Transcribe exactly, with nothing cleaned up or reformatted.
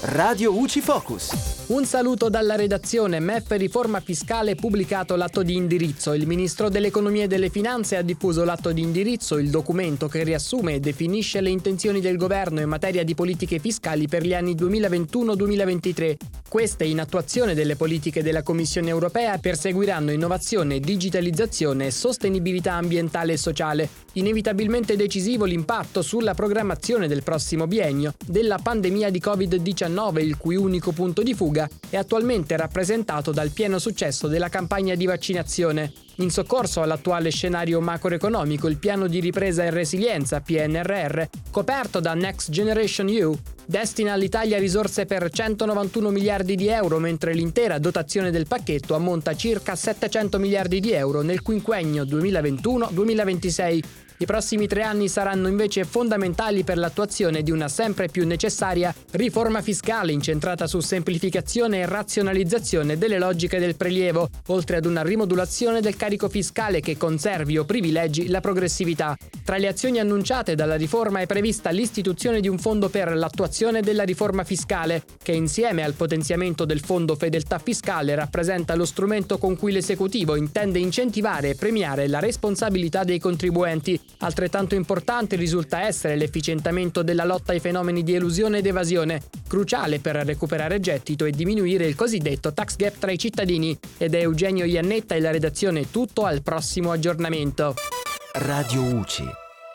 Radio U C I Focus. Un saluto dalla redazione. M E F Riforma Fiscale pubblicato l'atto di indirizzo. Il Ministro dell'Economia e delle Finanze ha diffuso l'atto di indirizzo, il documento che riassume e definisce le intenzioni del governo in materia di politiche fiscali per gli anni duemilaventuno duemilaventitré. Queste, in attuazione delle politiche della Commissione europea, perseguiranno innovazione, digitalizzazione e sostenibilità ambientale e sociale. Inevitabilmente decisivo l'impatto sulla programmazione del prossimo biennio della pandemia di covid diciannove, il cui unico punto di fuga è attualmente rappresentato dal pieno successo della campagna di vaccinazione. In soccorso all'attuale scenario macroeconomico, il piano di ripresa e resilienza P N R R, coperto da Next Generation E U, destina all'Italia risorse per centonovantuno miliardi di euro, mentre l'intera dotazione del pacchetto ammonta a circa settecento miliardi di euro nel quinquennio duemilaventuno duemilaventisei. I prossimi tre anni saranno invece fondamentali per l'attuazione di una sempre più necessaria riforma fiscale incentrata su semplificazione e razionalizzazione delle logiche del prelievo, oltre ad una rimodulazione del carico fiscale che conservi o privilegi la progressività. Tra le azioni annunciate dalla riforma è prevista l'istituzione di un fondo per l'attuazione della riforma fiscale, che insieme al potenziamento del fondo fedeltà fiscale rappresenta lo strumento con cui l'esecutivo intende incentivare e premiare la responsabilità dei contribuenti. Altrettanto importante risulta essere l'efficientamento della lotta ai fenomeni di elusione ed evasione, cruciale per recuperare gettito e diminuire il cosiddetto tax gap tra i cittadini. Ed è Eugenio Iannetta e la redazione. Tutto al prossimo aggiornamento. Radio U C I.